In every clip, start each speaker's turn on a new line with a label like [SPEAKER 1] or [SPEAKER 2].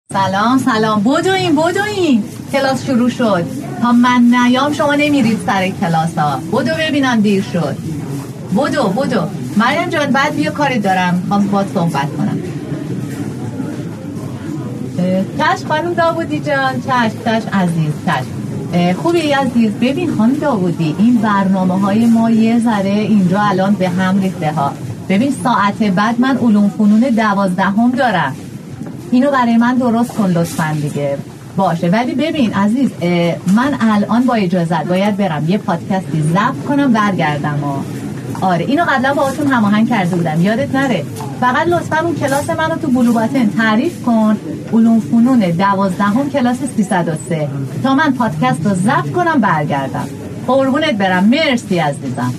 [SPEAKER 1] سلام بدوین کلاس شروع شد. تا من نیام شما نمیرید سر کلاس ها. بدو ببینم دیر شد. بدو مریم جان بعد بیا کاری دارم، خواهم باید صحبت کنم. چشم خانم داوودی جان، چشم عزیز، چشم خوبی عزیز. ببین خانم داوودی، این برنامه های ما یه ذره اینجا الان به هم ریخته ها. ببین ساعت بعد من علوم فنون 12 دارم، اینو برای من درست کن لطفاً دیگه. باشه ولی ببین عزیز، من الان با اجازت باید برم یه پادکستی ضبط کنم برگردم آره اینو قبلا باهاتون هماهنگ کرده بودم، یادت نره. فقط لطفاً اون کلاس منو تو بلو باتن تعریف کن، علوم فنون 12 کلاس 303، تا من پادکست رو ضبط کنم برگردم. قربونت برم، مرسی عزیزم.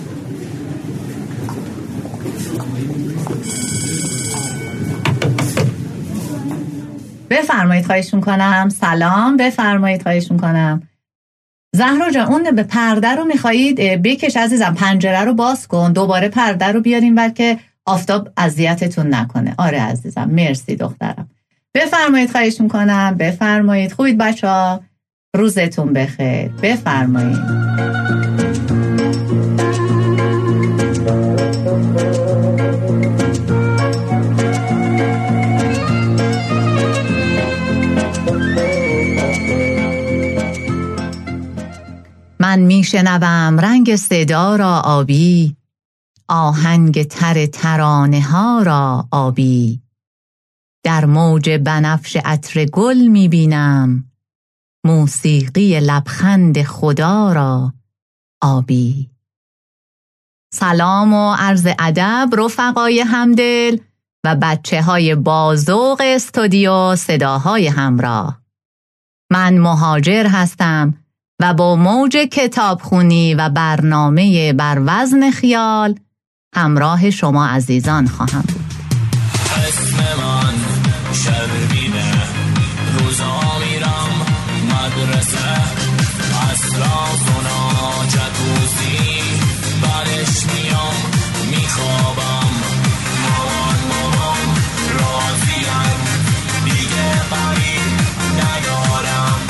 [SPEAKER 1] بفرمایید خواهش میکنم. سلام، بفرمایید خواهش میکنم. زهرا جان اون به پرده رو میخوایید بکش عزیزم، پنجره رو باز کن، دوباره پرده رو بیاریم بلکه آفتاب اذیتتون نکنه. آره عزیزم، مرسی دخترم. بفرمایید خواهش میکنم، بفرمایید. خوبید بچه‌ها؟ روزتون بخیر. بفرمایید. من میشنوم رنگ صدا را آبی، آهنگ تر ترانه ها را آبی، در موج بنفش عطر گل میبینم، موسیقی لبخند خدا را آبی. سلام و عرض ادب رفقای همدل و بچه های بازوق استودیو صداهای همراه. من مهاجر هستم و با موج کتابخونی و برنامه بر وزن خیال همراه شما عزیزان خواهم بود.
[SPEAKER 2] اسم من شربینه، روزا میرم مدرسه، اصلا سونا جکوزی برش میام میخوابم، مامان راضیم دیگه قریب ندارم.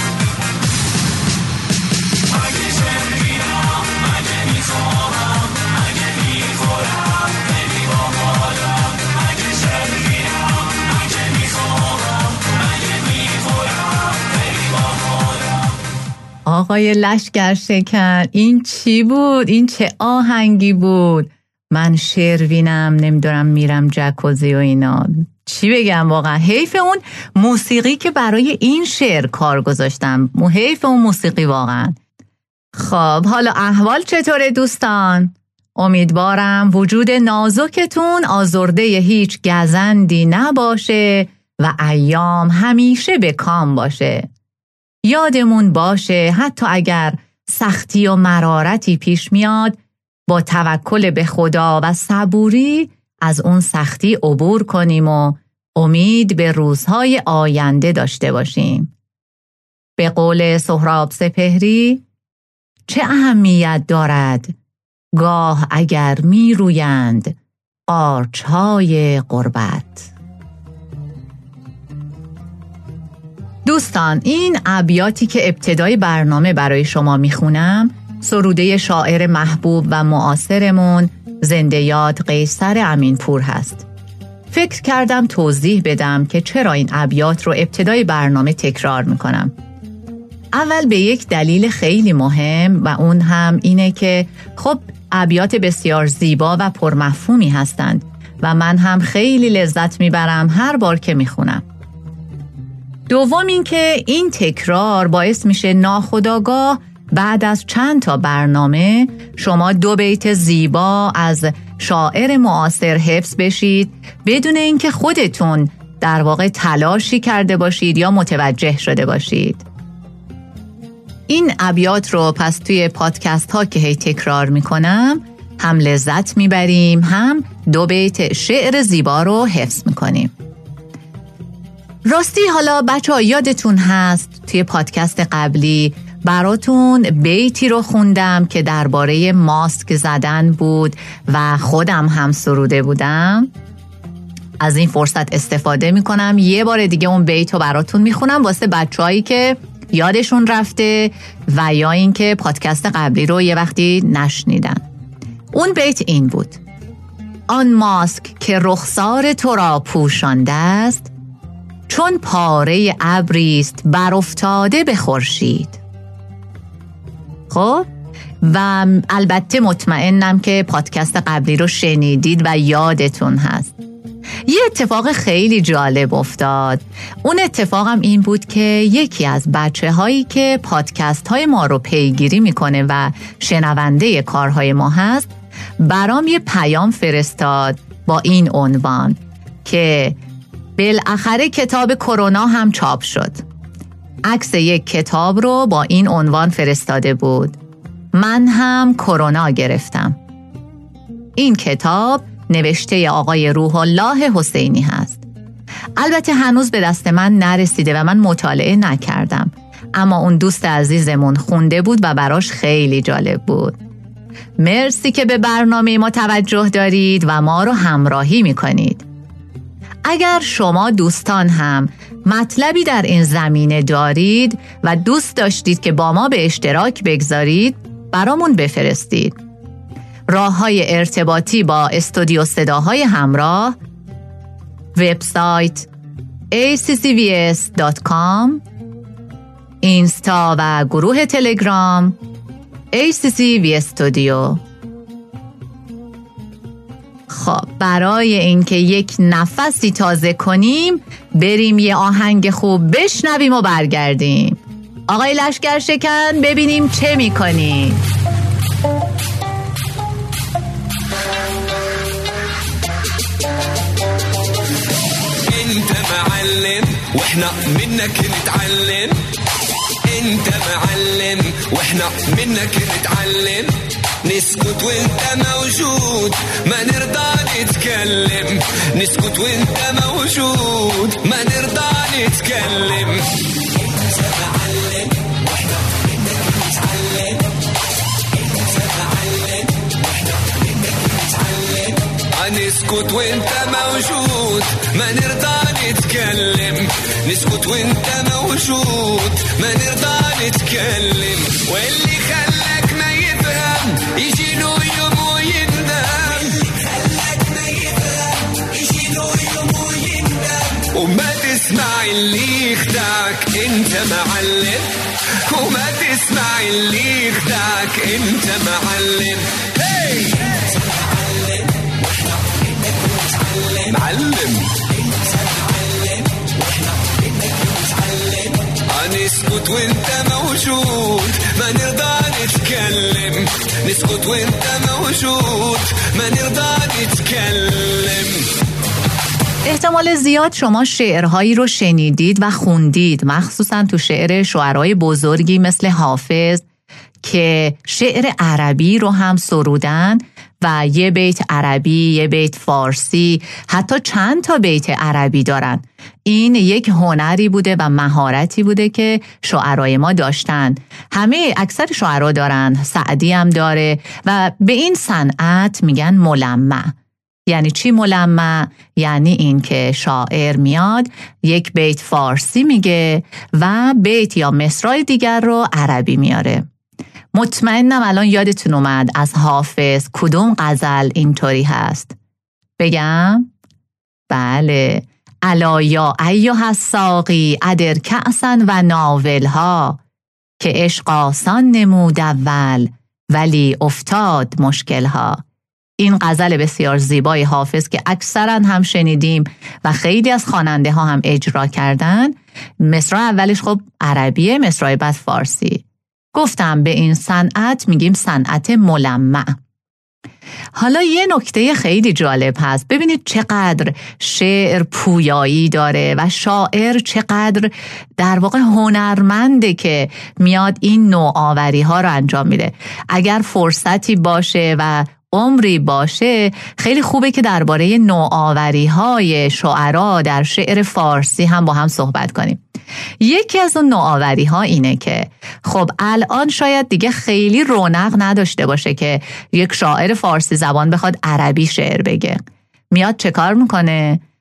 [SPEAKER 2] اگه شربینم اگه میخوابم اگه میخورم خیلی باحالم، اگه شربینم اگه میخوابم اگه میخورم خیلی باحالم.
[SPEAKER 1] آقای لشگر شکن، این چی بود؟ این چه آهنگی بود؟ من شروینم نمیدونم میرم جکوزی و اینا. چی بگم واقعا، حیف اون موسیقی که برای این شعر کار گذاشتم، حیف اون موسیقی واقعا. خب حالا احوال چطوره دوستان؟ امیدوارم وجود نازکتون آزرده هیچ گزندی نباشه و ایام همیشه به کام باشه. یادمون باشه حتی اگر سختی و مرارتی پیش میاد، با توکل به خدا و صبوری از اون سختی عبور کنیم و امید به روزهای آینده داشته باشیم. به قول سهراب سپهری، چه اهمیت دارد گاه اگر می رویند قارچ‌های غربت. دوستان این ابیاتی که ابتدای برنامه برای شما میخونم سروده شاعر محبوب و معاصرمون زنده یاد قیصر امینپور هست. فکر کردم توضیح بدم که چرا این ابیات رو ابتدای برنامه تکرار میکنم. اول به یک دلیل خیلی مهم و اون هم اینه که خب ابیات بسیار زیبا و پرمفهومی هستند و من هم خیلی لذت میبرم هر بار که میخونم. دوم این که این تکرار باعث میشه ناخودآگاه بعد از چند تا برنامه شما 2 بیت زیبا از شاعر معاصر حفظ بشید بدون اینکه خودتون در واقع تلاشی کرده باشید یا متوجه شده باشید. این ابیات رو پس توی پادکست ها که هی تکرار میکنم هم لذت میبریم هم 2 بیت شعر زیبا رو حفظ میکنیم. راستی حالا بچه‌ها یادتون هست توی پادکست قبلی براتون بیتی رو خوندم که درباره ماسک زدن بود و خودم هم سروده بودم. از این فرصت استفاده میکنم یه بار دیگه اون بیت رو براتون میخونم واسه بچه‌هایی که یادشون رفته و یا اینکه پادکست قبلی رو یه وقتی نشنیدن. اون بیت این بود: آن ماسک که رخسار تو را پوشانده است، چون پاره ابریست برافتاده به خورشید. خب و البته مطمئنم که پادکست قبلی رو شنیدید و یادتون هست. یه اتفاق خیلی جالب افتاد. اون اتفاقم این بود که یکی از بچه‌هایی که پادکست های ما رو پیگیری میکنه و شنونده کارهای ما هست برام یه پیام فرستاد با این عنوان که بالاخره کتاب کرونا هم چاپ شد. عکس یک کتاب رو با این عنوان فرستاده بود: من هم کرونا گرفتم. این کتاب نوشته آقای روح الله حسینی هست. البته هنوز به دست من نرسیده و من مطالعه نکردم، اما اون دوست عزیزمون خونده بود و براش خیلی جالب بود. مرسی که به برنامه ما توجه دارید و ما رو همراهی میکنید. اگر شما دوستان هم مطلبی در این زمینه دارید و دوست داشتید که با ما به اشتراک بگذارید، برامون بفرستید. راه‌های ارتباطی با استودیو صداهای همراه، وبسایت accvs.com، اینستا و گروه تلگرام ACCV Studio. خب برای اینکه یک نفسی تازه کنیم بریم یه آهنگ خوب بشنویم و برگردیم. آقای لشکر شکن ببینیم چه میکنی؟
[SPEAKER 2] انت معلم واحنا منك نتعلم، انت معلم واحنا منك نتعلم، نسكت وانت موجود ما نرضى نتكلم، نسكت وانت موجود ما نرضى نتكلم. انت معلم واحنا منك نتعلم، انت معلم واحنا منك نتعلم، نسكت وانت موجود ما نرضى نتكلم، نسكت وانت موجود ما نرضى نتكلم. واللي خلاك ما يفهم يجي له يوم ويندم، واللي خلاك ما يفهم يجي له يوم ويندم، وما تسمع اللي يخدعك انت معلم، وما تسمع اللي يخدعك انت معلم. هي انت معلم واحنا منك نتعلم، معلم انت معلم واحنا منك نتعلم، نسكت وانت موجود ما نرضى نتكلم، نسكت وانت موجود ما نرضى نتكلم.
[SPEAKER 1] احتمال زیاد شما شعرهایی رو شنیدید و خوندید، مخصوصا تو شعر شعرهای بزرگی مثل حافظ که شعر عربی رو هم سرودن و یه بیت عربی، یه بیت فارسی، حتی چند تا بیت عربی دارن. این یک هنری بوده و مهارتی بوده که شاعرای ما داشتن. اکثر شاعرها دارن، سعدی هم داره و به این صنعت میگن ملمع. یعنی چی ملمع؟ یعنی این که شاعر میاد یک بیت فارسی میگه و بیت یا مصرع دیگر رو عربی میاره. مطمئنم الان یادتون اومد از حافظ کدوم غزل اینطوری هست. بگم؟ بله، الا یا ایها الساقی ادر کأسا و ناولها، که عشق آسان نمود اول ولی افتاد مشکلها. این غزل بسیار زیبای حافظ که اکثرا هم شنیدیم و خیلی از خواننده ها هم اجرا کردن. مصرع اولش خب عربیه، مصرع بعد فارسی. گفتم به این صنعت میگیم صنعت ملمع. حالا یه نکته خیلی جالب هست. ببینید چقدر شعر پویایی داره و شاعر چقدر در واقع هنرمنده که میاد این نوآوری ها رو انجام میده. اگر فرصتی باشه و عمری باشه خیلی خوبه که درباره نوآوری های شعرا در شعر فارسی هم با هم صحبت کنیم. یکی از اون نوآوری ها اینه که خب الان شاید دیگه خیلی رونق نداشته باشه که یک شاعر فارسی زبان بخواد عربی شعر بگه. میاد چه کار میکنه؟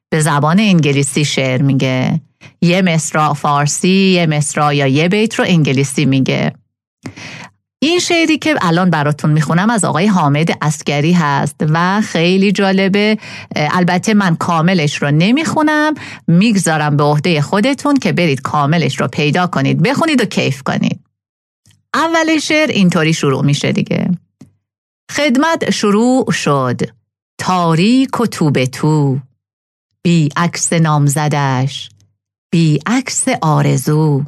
[SPEAKER 1] به زبان انگلیسی شعر میگه. یه مصرع فارسی، یه مصرع یا یه بیت رو انگلیسی میگه. این شعری که الان براتون میخونم از آقای حامد عسگری هست و خیلی جالبه. البته من کاملش رو نمیخونم، میگذارم به عهده خودتون که برید کاملش رو پیدا کنید، بخونید و کیف کنید. اول شعر اینطوری شروع میشه دیگه. خدمت شروع شد، تاریک و تو به تو، بی عکس نامزدش، بی عکس آرزو.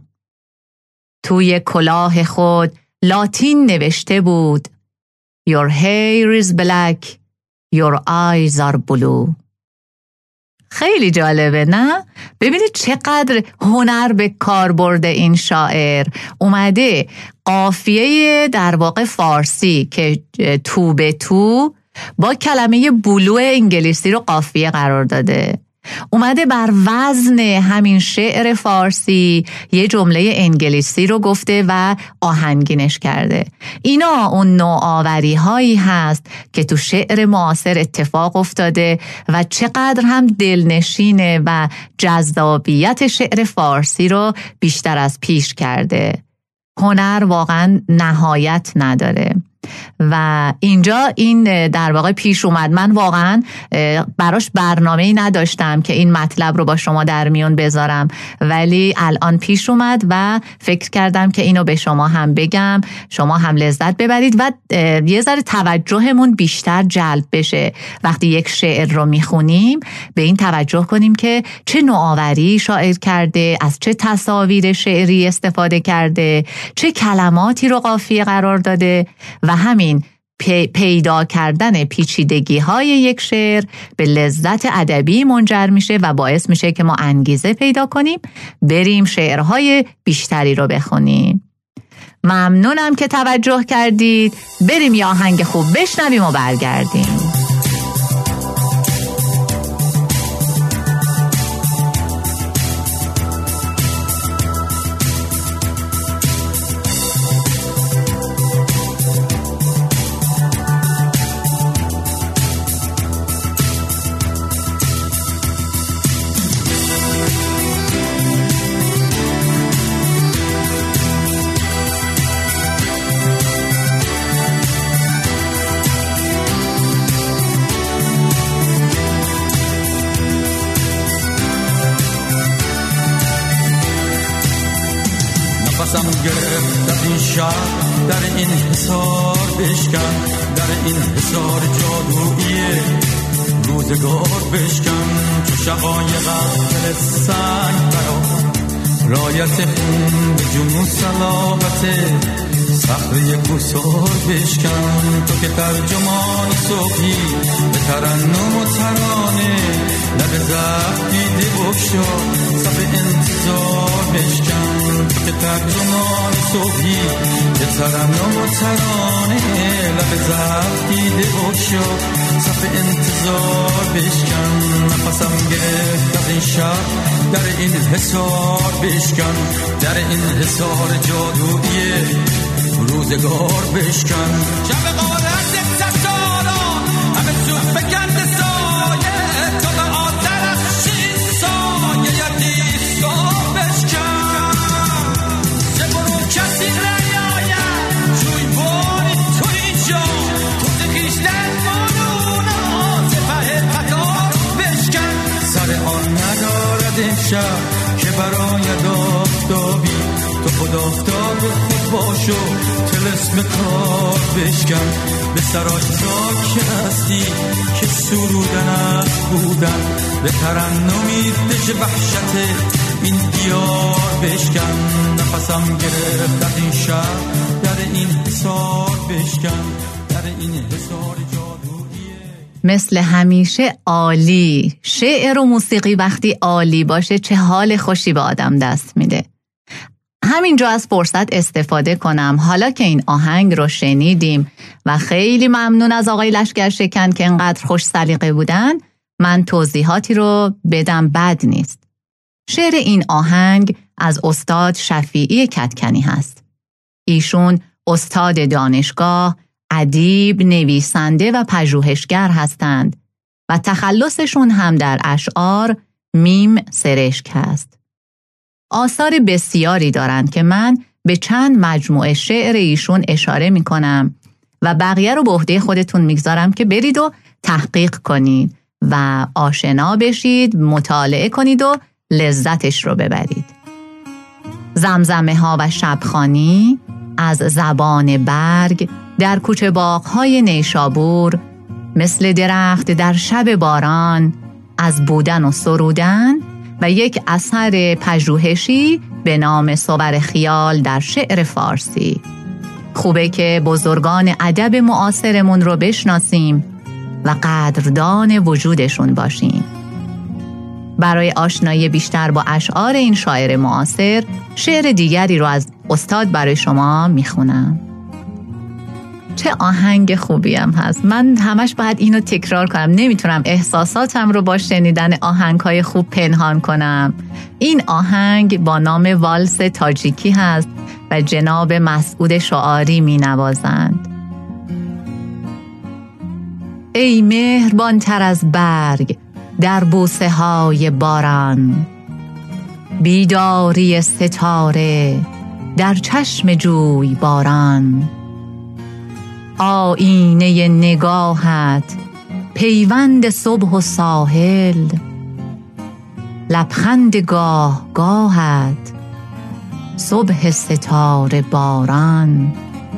[SPEAKER 1] توی کلاه خود لاتین نوشته بود Your hair is black, your eyes are blue. خیلی جالبه نه؟ ببینید چقدر هنر به کار برده این شاعر. اومده قافیه در واقع فارسی که تو به تو با کلمه بلو انگلیسی رو قافیه قرار داده. اومده بر وزن همین شعر فارسی یه جمله انگلیسی رو گفته و آهنگینش کرده. اینا اون نوآوری هایی هست که تو شعر معاصر اتفاق افتاده و چقدر هم دلنشینه و جذابیت شعر فارسی رو بیشتر از پیش کرده. هنر واقعا نهایت نداره و اینجا این در واقع پیش اومد. من واقعا براش برنامه‌ای نداشتم که این مطلب رو با شما در میون بذارم، ولی الان پیش اومد و فکر کردم که اینو به شما هم بگم، شما هم لذت ببرید و یه ذره توجهمون بیشتر جلب بشه. وقتی یک شعر رو میخونیم به این توجه کنیم که چه نوآوری شاعر کرده، از چه تصاویر شعری استفاده کرده، چه کلماتی رو قافیه قرار داده و همین پیدا کردن پیچیدگی های یک شعر به لذت ادبی منجر میشه و باعث میشه که ما انگیزه پیدا کنیم بریم شعرهای بیشتری رو بخونیم. ممنونم که توجه کردید. بریم یه آهنگ خوب بشنویم و برگردیم.
[SPEAKER 3] در این حصار بشکن، در این حصار جادویی روزگار بشکن. چو شقایق دل سنگ برا رایت خون به جنون صلابت صخره گسار بشکن. تو که ترجمان صبحی به ترنم و ترانه لب زخم دیده بگشا صف انتظار بشکن. تو که ترجمان صبحی به ترنم و ترانه لب زخم دیده بگشا صف انتظار بشکن. نفسم گرفت از این شب در این حصار بشکن، در این حصار جادویی روزگار بشکن. شب غارت ستاران همه سوز بکند سایه تا به آترش سایه یدیستار بشکن. چه برو کسی نیاید جوی باری تو اینجا تو زخیشتن برون سپه قطار بشکن. سر آن ندارد امشب که برای آفتابی تو خود آفتاب خود باشو تلسم کار بشکن. به سرای ساک هستی که سرودن از بودن به ترنمی دژ وحشت این دیار بشکن. نفسم گرفت از این شب در این حصار بشکن، در این حصار جادویی.
[SPEAKER 1] مثل همیشه عالی. شعر و موسیقی وقتی عالی باشه چه حال خوشی به آدم دست میده. همینجا از فرصت استفاده کنم حالا که این آهنگ رو شنیدیم و خیلی ممنون از آقای لشکرشکن که انقدر خوش سلیقه بودن، من توضیحاتی رو بدم بد نیست. شعر این آهنگ از استاد شفیعی کدکنی هست. ایشون استاد دانشگاه، ادیب، نویسنده و پژوهشگر هستند. و تخلصشون هم در اشعار میم سرشک هست. آثار بسیاری دارند که من به چند مجموعه شعر ایشون اشاره می کنم و بقیه رو به عهده خودتون میگذارم که برید و تحقیق کنید و آشنا بشید، مطالعه کنید و لذتش رو ببرید. زمزمه ها و شبخوانی از زبان برگ در کوچه باغ‌های نیشابور، مثل درخت در شب باران، از بودن و سرودن و یک اثر پژوهشی به نام صور خیال در شعر فارسی. خوبه که بزرگان ادب معاصرمون رو بشناسیم و قدردان وجودشون باشیم. برای آشنایی بیشتر با اشعار این شاعر معاصر، شعر دیگری رو از استاد برای شما میخونم. چه آهنگ خوبی هم هست. من همش باید اینو تکرار کنم. نمیتونم احساساتم رو با شنیدن آهنگ‌های خوب پنهان کنم. این آهنگ با نام والس تاجیکی هست و جناب مسعود شعاری می نوازند. ای مهربان تر از برگ در بوسه های باران، بیداری ستاره در چشم جوی باران، آینه نگاهت پیوند صبح و ساحل، لبخند گاه گاهت صبح ستاره باران.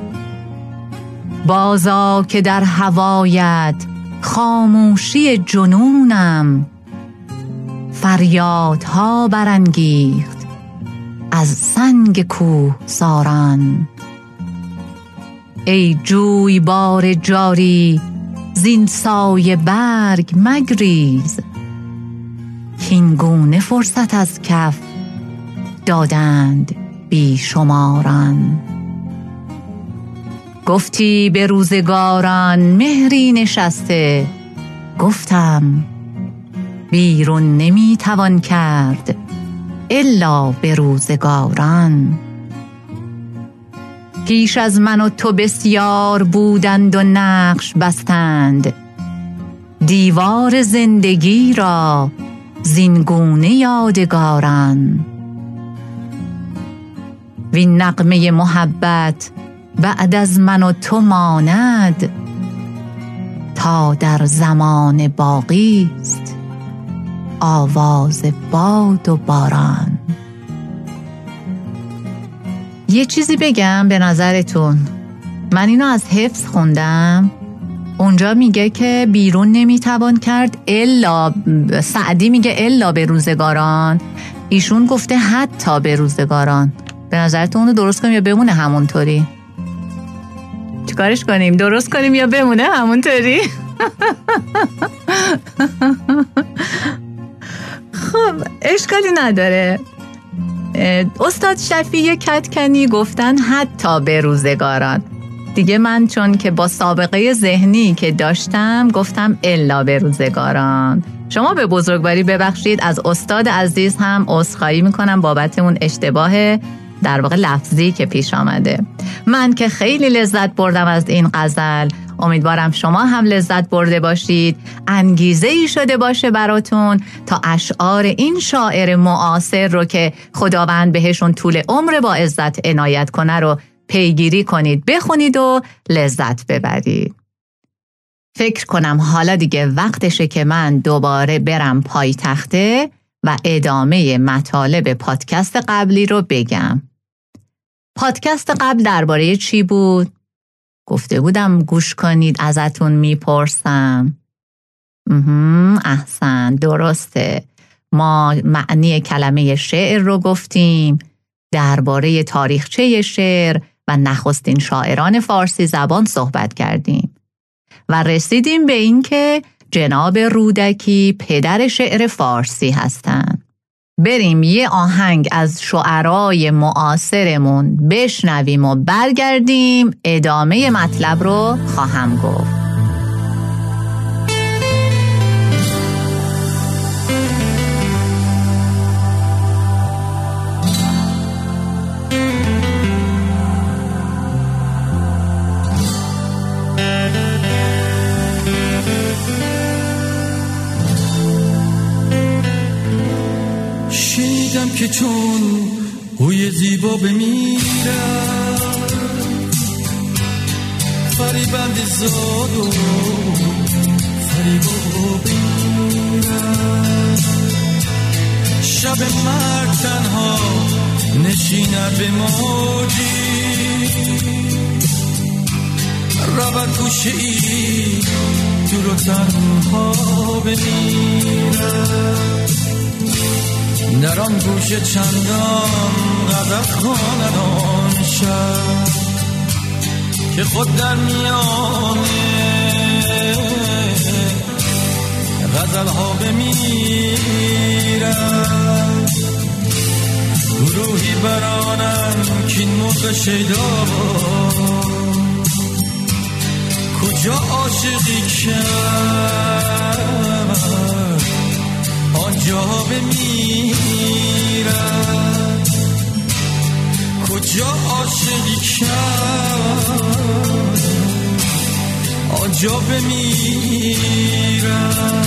[SPEAKER 1] بازا که در هوایت خاموشی جنونم، فریادها برانگیخت از سنگ کوه ساران. ای جوی بار جاری زین سایه برگ مگریز، کین گونه فرصت از کف دادند بی شماران. گفتی به روزگاران مهری نشسته، گفتم بیرون نمیتوان کرد الا به روزگاران. پیش از من و تو بسیار بودند و نقش بستند، دیوار زندگی را زین گونه یادگاران. وین نغمه محبت بعد از من و تو ماند، تا در زمان باقی است آواز باد و باران. یه چیزی بگم به نظرتون، من اینو از حفظ خوندم. اونجا میگه که بیرون نمیتوان کرد الا، سعدی میگه الا به روزگاران، ایشون گفته حتی به روزگاران. به نظرتون اونو درست کنیم یا بمونه همونطوری؟ چیکارش کنیم؟ درست کنیم یا بمونه همونطوری؟ خب اشکالی نداره. استاد شفیع کدکنی گفتن حتی به روزگاران. دیگه من چون که با سابقه ذهنی که داشتم گفتم الا به روزگاران. شما به بزرگواری ببخشید، از استاد عزیز هم عذرخواهی میکنم بابت اون اشتباه در واقع لفظی که پیش آمده. من که خیلی لذت بردم از این غزل، امیدوارم شما هم لذت برده باشید، انگیزه‌ای شده باشه براتون تا اشعار این شاعر معاصر رو که خداوند بهشون طول عمر با عزت عنایت کنه رو پیگیری کنید، بخونید و لذت ببرید. فکر کنم حالا دیگه وقتشه که من دوباره برم پای تخته و ادامه مطالب پادکست قبلی رو بگم. پادکست قبل درباره چی بود؟ گفته بودم گوش کنید، ازتون میپرسم. احسن، درسته. ما معنی کلمه شعر رو گفتیم، درباره تاریخچه شعر و نخستین شاعران فارسی زبان صحبت کردیم و رسیدیم به این که جناب رودکی پدر شعر فارسی هستند. بریم یه آهنگ از شعرای معاصرمون بشنویم و برگردیم ادامه مطلب رو خواهم گفت.
[SPEAKER 3] شنیدم که چون قوی زیبا بمیرم فریبند زاد و فریبا بمیرم شب مرگ تنها نشیند به موجی رود گوشه ای دور و تنها بمیرم در آن گوشه چندان غزل خواند آن شب که خود در میانه غزل ها بمیرم گروهی برانم که این مرغ شیدا کجا عاشقی کرد آنجا بمیرم کجا عاشقی کرد آنجا بمیرم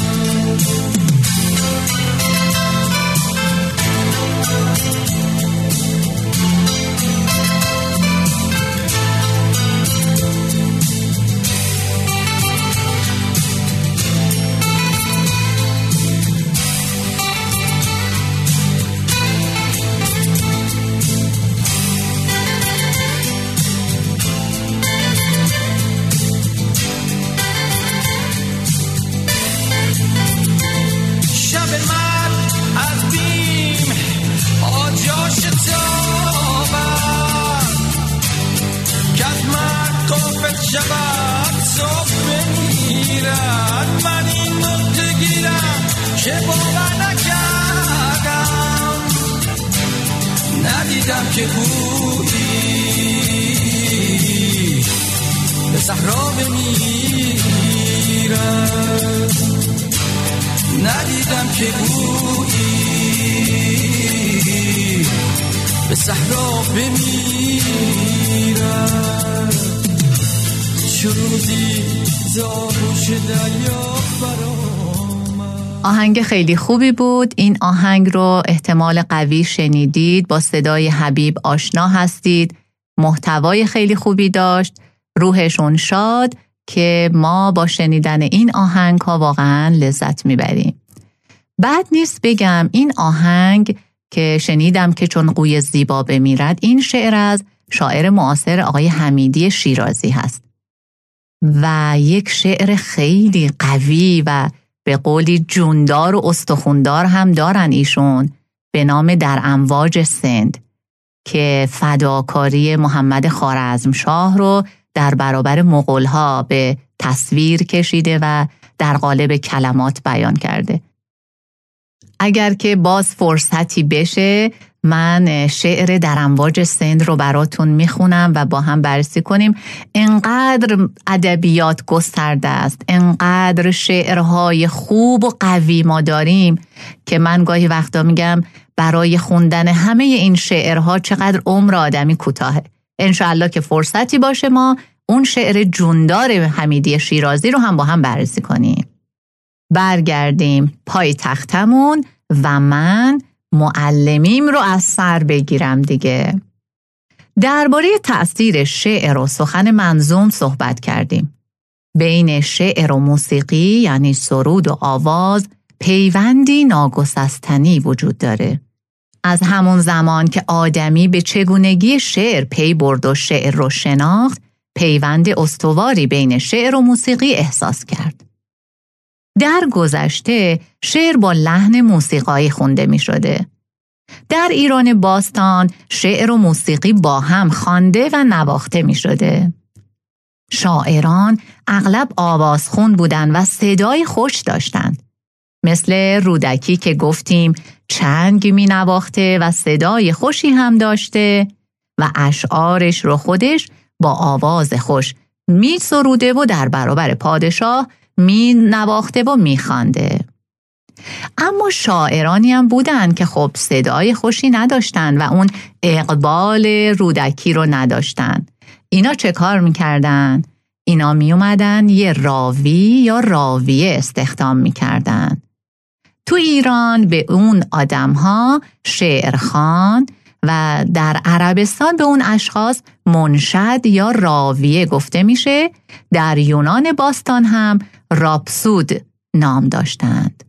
[SPEAKER 3] شبت صبح بمیرد من این نقطه گیرم که باور نکردم ندیدم که بودی به صحرا بمیرد ندیدم که بودی به صحرا بمیرد
[SPEAKER 1] آهنگ خیلی خوبی بود. این آهنگ رو احتمال قوی شنیدید، با صدای حبیب آشنا هستید، محتوای خیلی خوبی داشت، روحشون شاد که ما با شنیدن این آهنگ ها واقعا لذت میبریم. بعد نیست بگم این آهنگ که شنیدم که چون قوی زیبا بمیرد، این شعر از شاعر معاصر آقای حمیدی شیرازی هست و یک شعر خیلی قوی و به قولی جوندار و استخوندار هم دارن ایشون به نام در امواج سند که فداکاری محمد خوارزمشاه رو در برابر مغول‌ها به تصویر کشیده و در قالب کلمات بیان کرده. اگر که باز فرصتی بشه من شعر در امواج سند رو براتون میخونم و با هم بررسی کنیم. انقدر ادبیات گسترده است، انقدر شعرهای خوب و قوی ما داریم که من گاهی وقتا میگم برای خوندن همه این شعرها چقدر عمر آدمی کوتاهه. انشاءالله که فرصتی باشه ما اون شعر جوندار حمیدی شیرازی رو هم با هم بررسی کنیم. برگردیم پای تختمون و من معلمیم رو از سر بگیرم دیگه. درباره تأثیر شعر و سخن منظوم صحبت کردیم. بین شعر و موسیقی یعنی سرود و آواز پیوندی ناگسستنی وجود داره. از همون زمان که آدمی به چگونگی شعر پی برد و شعر رو شناخت، پیوند استواری بین شعر و موسیقی احساس کرد. در گذشته شعر با لحن موسیقایی خونده می شده. در ایران باستان شعر و موسیقی با هم خوانده و نواخته می شده. شاعران اغلب آوازخوان بودند و صدای خوش داشتند. مثل رودکی که گفتیم چنگ می نواخته و صدای خوشی هم داشته و اشعارش رو خودش با آواز خوش می سروده و در برابر پادشاه می نواخته و می خوانده. اما شاعرانی هم بودن که خب صدای خوشی نداشتن و اون اقبال رودکی رو نداشتن. اینا چه کار می کردن؟ اینا می اومدن یه راوی یا راویه استخدام می کردن. تو ایران به اون آدم‌ها شعرخوان و در عربستان به اون اشخاص منشد یا راویه گفته میشه. در یونان باستان هم راپسود نام داشتند.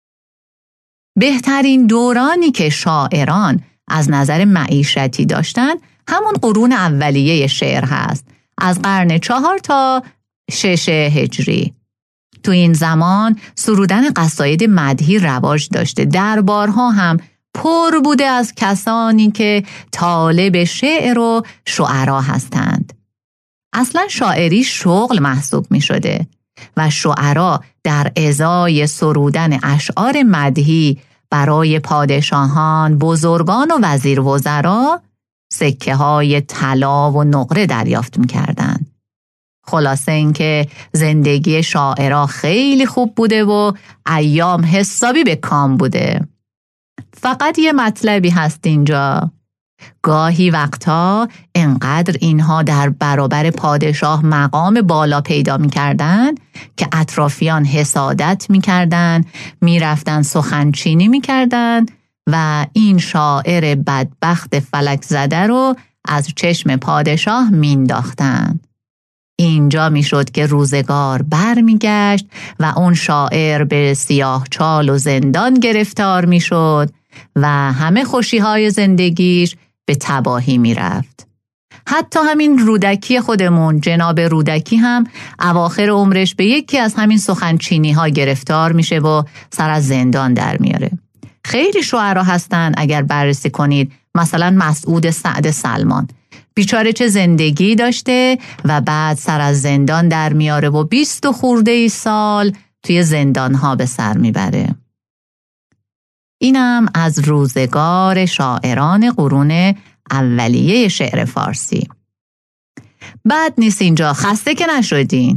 [SPEAKER 1] بهترین دورانی که شاعران از نظر معیشتی داشتند همون قرون اولیه شعر هست، از قرن 4 تا 6 هجری. تو این زمان سرودن قصاید مدحی رواج داشته. دربارها هم پر بوده از کسانی که طالب شعر و شعرا هستند. اصلا شاعری شغل محسوب می شده و شعرا در ازای سرودن اشعار مدحی برای پادشاهان، بزرگان و وزیر وزرا سکه های طلا و نقره دریافت می کردن. خلاصه اینکه زندگی شاعرا خیلی خوب بوده و ایام حسابی به کام بوده. فقط یه مطلبی هست اینجا. گاهی وقتا انقدر اینها در برابر پادشاه مقام بالا پیدا می‌کردن که اطرافیان حسادت می‌کردن، می‌رفتن سخنچینی می‌کردن و این شاعر بدبخت فلک زده رو از چشم پادشاه مینداختن. اینجا میشد که روزگار برمیگشت و اون شاعر به سیاه چال و زندان گرفتار میشد و همه خوشی‌های زندگیش به تباهی میرفت. حتی همین رودکی خودمون، جناب رودکی هم اواخر عمرش به یکی از همین سخنچینی‌ها گرفتار میشه و سر از زندان در میاره. خیلی شعرا هستن اگر بررسی کنید، مثلا مسعود سعد سلمان، بیچاره چه زندگی داشته و بعد سر از زندان در میاره و 20 خورده سال توی زندان‌ها به سر میبره. اینم از روزگار شاعران قرون اولیه شعر فارسی. بد نیست اینجا، خسته که نشدین؟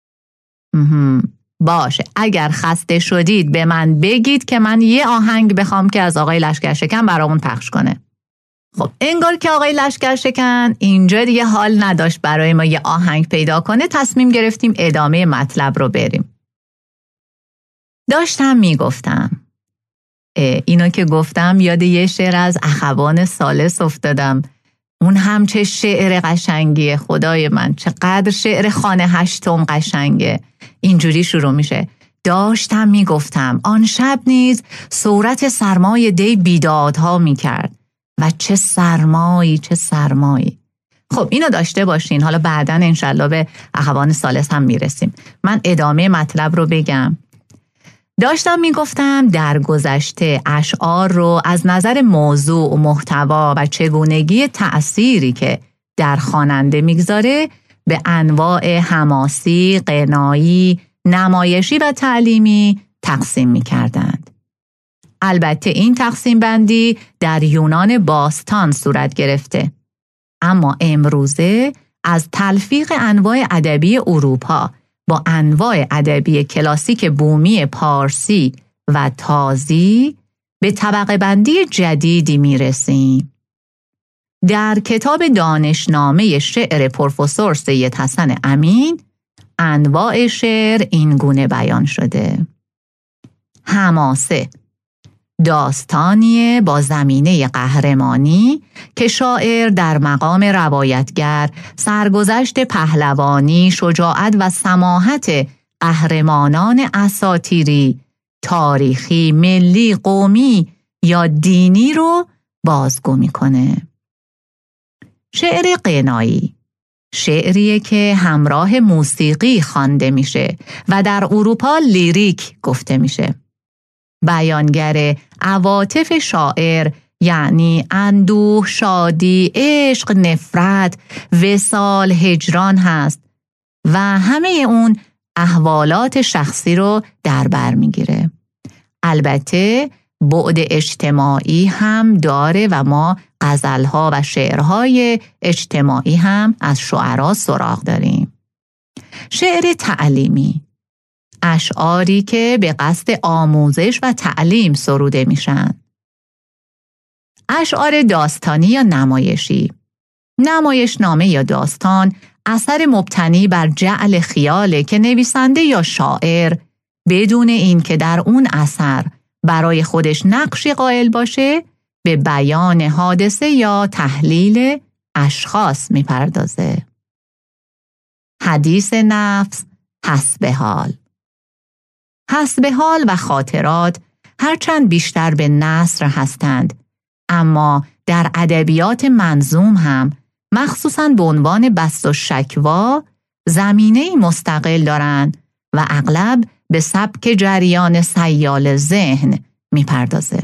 [SPEAKER 1] باشه، اگر خسته شدید به من بگید که من یه آهنگ بخوام که از آقای لشکرشکن برامون پخش کنه. خب انگار که آقای لشکرشکن اینجا دیگه حال نداشت برای ما یه آهنگ پیدا کنه، تصمیم گرفتیم ادامه مطلب رو بریم. داشتم میگفتم، اینو که گفتم یاد یه شعر از اخوان ثالث افتادم. اون هم چه شعر قشنگیه، خدای من چقدر شعر خانه هشتم قشنگه. اینجوری شروع میشه: داشتم میگفتم آن شب نیز صورت سرمای دی بیدادها میکرد و چه سرمایی چه سرمایی. خب اینو داشته باشین، حالا بعداً انشالله به اخوان ثالث هم میرسیم. من ادامه مطلب رو بگم. داشتم میگفتم در گذشته اشعار رو از نظر موضوع و محتوا و چگونگی تأثیری که در خواننده میگذاره به انواع حماسی، غنایی، نمایشی و تعلیمی تقسیم میکردند. البته این تقسیم بندی در یونان باستان صورت گرفته، اما امروزه از تلفیق انواع ادبی اروپا با انواع ادبی کلاسیک بومی پارسی و تازی به طبقه بندی جدیدی میرسیم. در کتاب دانشنامه شعر پروفسور سید حسن امین انواع شعر این گونه بیان شده: حماسه، داستانی با زمینه قهرمانی که شاعر در مقام روایتگر سرگذشت پهلوانی، شجاعت و سماحت قهرمانان اساطیری، تاریخی، ملی، قومی یا دینی رو بازگو میکنه. شعر غنایی، شعریه که همراه موسیقی خوانده میشه و در اروپا لیریک گفته میشه. بیانگر عواطف شاعر یعنی اندوه، شادی، عشق، نفرت، وصال، هجران هست و همه اون احوالات شخصی رو در بر میگیره. البته بعد اجتماعی هم داره و ما غزلها و شعرهای اجتماعی هم از شعرا سراغ داریم. شعر تعلیمی، اشعاری که به قصد آموزش و تعلیم سروده میشن. اشعار داستانی یا نمایشی، نمایشنامه یا داستان اثر مبتنی بر جعل خیاله که نویسنده یا شاعر بدون این که در اون اثر برای خودش نقشی قائل باشه به بیان حادثه یا تحلیل اشخاص میپردازه. حدیث نفس حسب حال. حسب حال و خاطرات هرچند بیشتر به نثر هستند، اما در ادبیات منظوم هم مخصوصاً به عنوان بسط و شکوا زمینه‌ای مستقل دارند و اغلب به سبک جریان سیال ذهن میپردازه.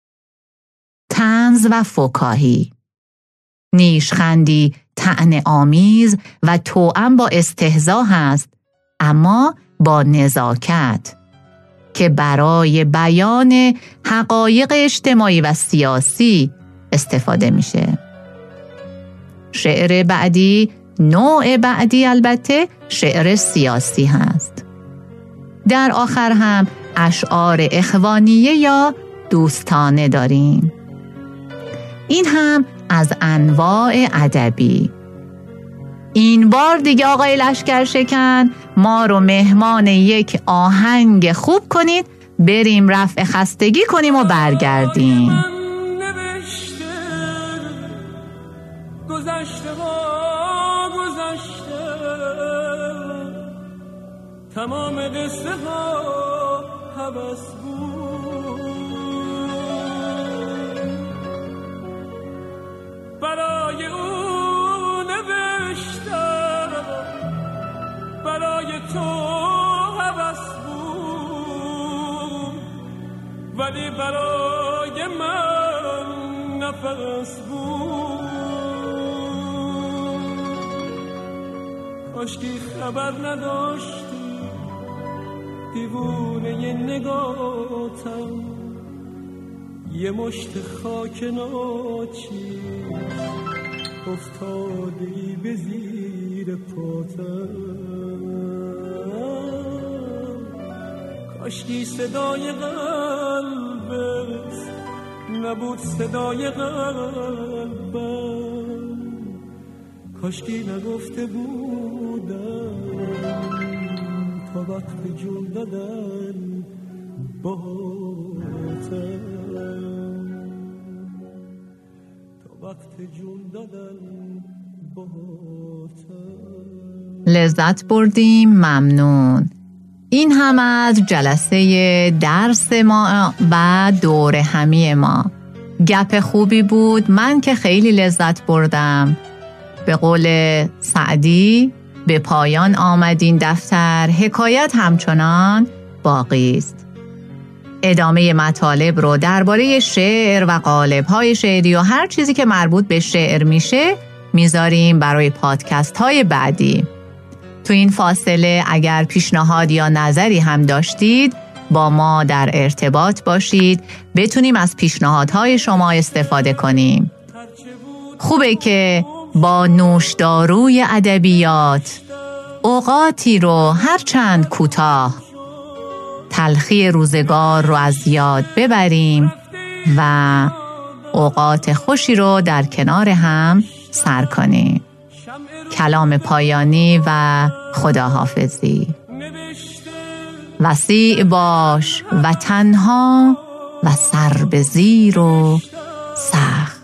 [SPEAKER 1] طنز و فکاهی، نیشخندی طعن آمیز و توأم با استهزا هست، اما با نزاکت که برای بیان حقایق اجتماعی و سیاسی استفاده میشه. شعر بعدی، نوع بعدی البته شعر سیاسی هست. در آخر هم اشعار اخوانیه یا دوستانه داریم. این هم از انواع ادبی. این بار دیگه آقای لشکرشکن ما رو مهمان یک آهنگ خوب کنید، بریم رفع خستگی کنیم و برگردیم.
[SPEAKER 3] گذشته تمام قصه ها هوس بود، برای او نوشتم، برای تو هوس بود، ولی برای من نفس بود. کاشکی خبر نداشتی دیوونه نگاتم، یه مشت خاک ناچیز افتادی به زیر پاتم. کاشکی صدای قلبت نبود صدای قلبم، کاشکی نگفته بودم تا وقت جون دادن باهاتم، تا وقت جون دادن باهاتم.
[SPEAKER 1] لذت بردیم، ممنون. این هم از جلسه درس ما و دور همی ما. گپ خوبی بود، من که خیلی لذت بردم. به قول سعدی به پایان آمد این دفتر، حکایت همچنان باقی است. ادامه مطالب رو درباره شعر و قالب‌های شعری و هر چیزی که مربوط به شعر میشه میذاریم برای پادکست های بعدی. تو این فاصله اگر پیشنهاد یا نظری هم داشتید با ما در ارتباط باشید، بتونیم از پیشنهادهای شما استفاده کنیم. خوبه که با نوشداروی ادبیات اوقاتی رو هرچند کوتاه تلخی روزگار رو از یاد ببریم و اوقات خوشی رو در کنار هم سر کنیم. کلام پایانی و خداحافظی. وسیع باش و تنها و سر به زیر و سخت.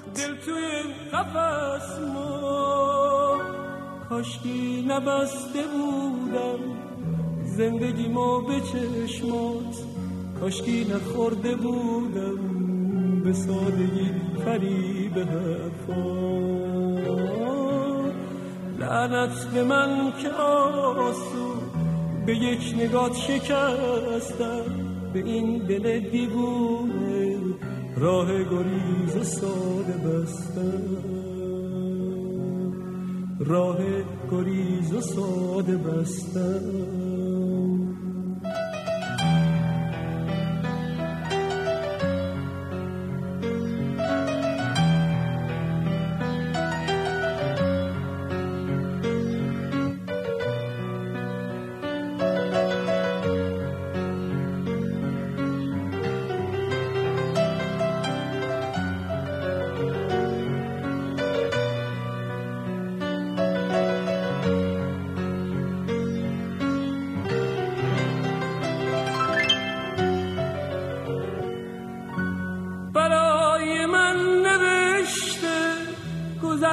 [SPEAKER 3] کاشکی نبسته بودم زندگیمو به چشمات، کاشکی نخورده بودم به سادگی فریب حرفات. لعنت به من که آسود به یک نگات شکستم، به این دل دیوونه راه گریز و ساده بستم، راه گریز و ساده بستم.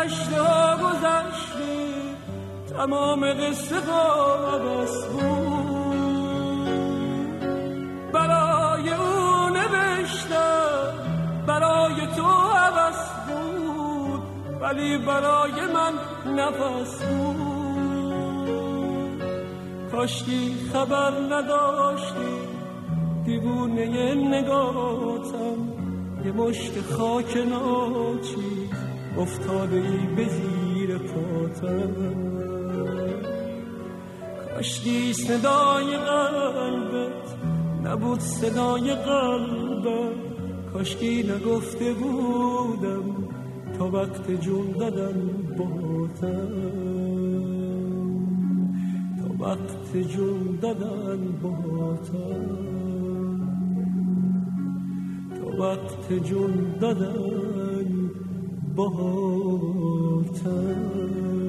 [SPEAKER 3] گذشته ها گذشته، تمام قصه عبس بود. برای او نوشتم، برای تو عبس بود، ولی برای من نفس بود. کاشکی خبر نداشتی دیوونه نگاتم، یه مشت خاک ناچی افتاده ای به زیر پاتم. کاشکی صدای قلبت نبود صدای قلبم، کاشکی نگفته بودم تا وقت جون دادن باتم، تا وقت جون دادن باتم، تا وقت جون دادن باتم.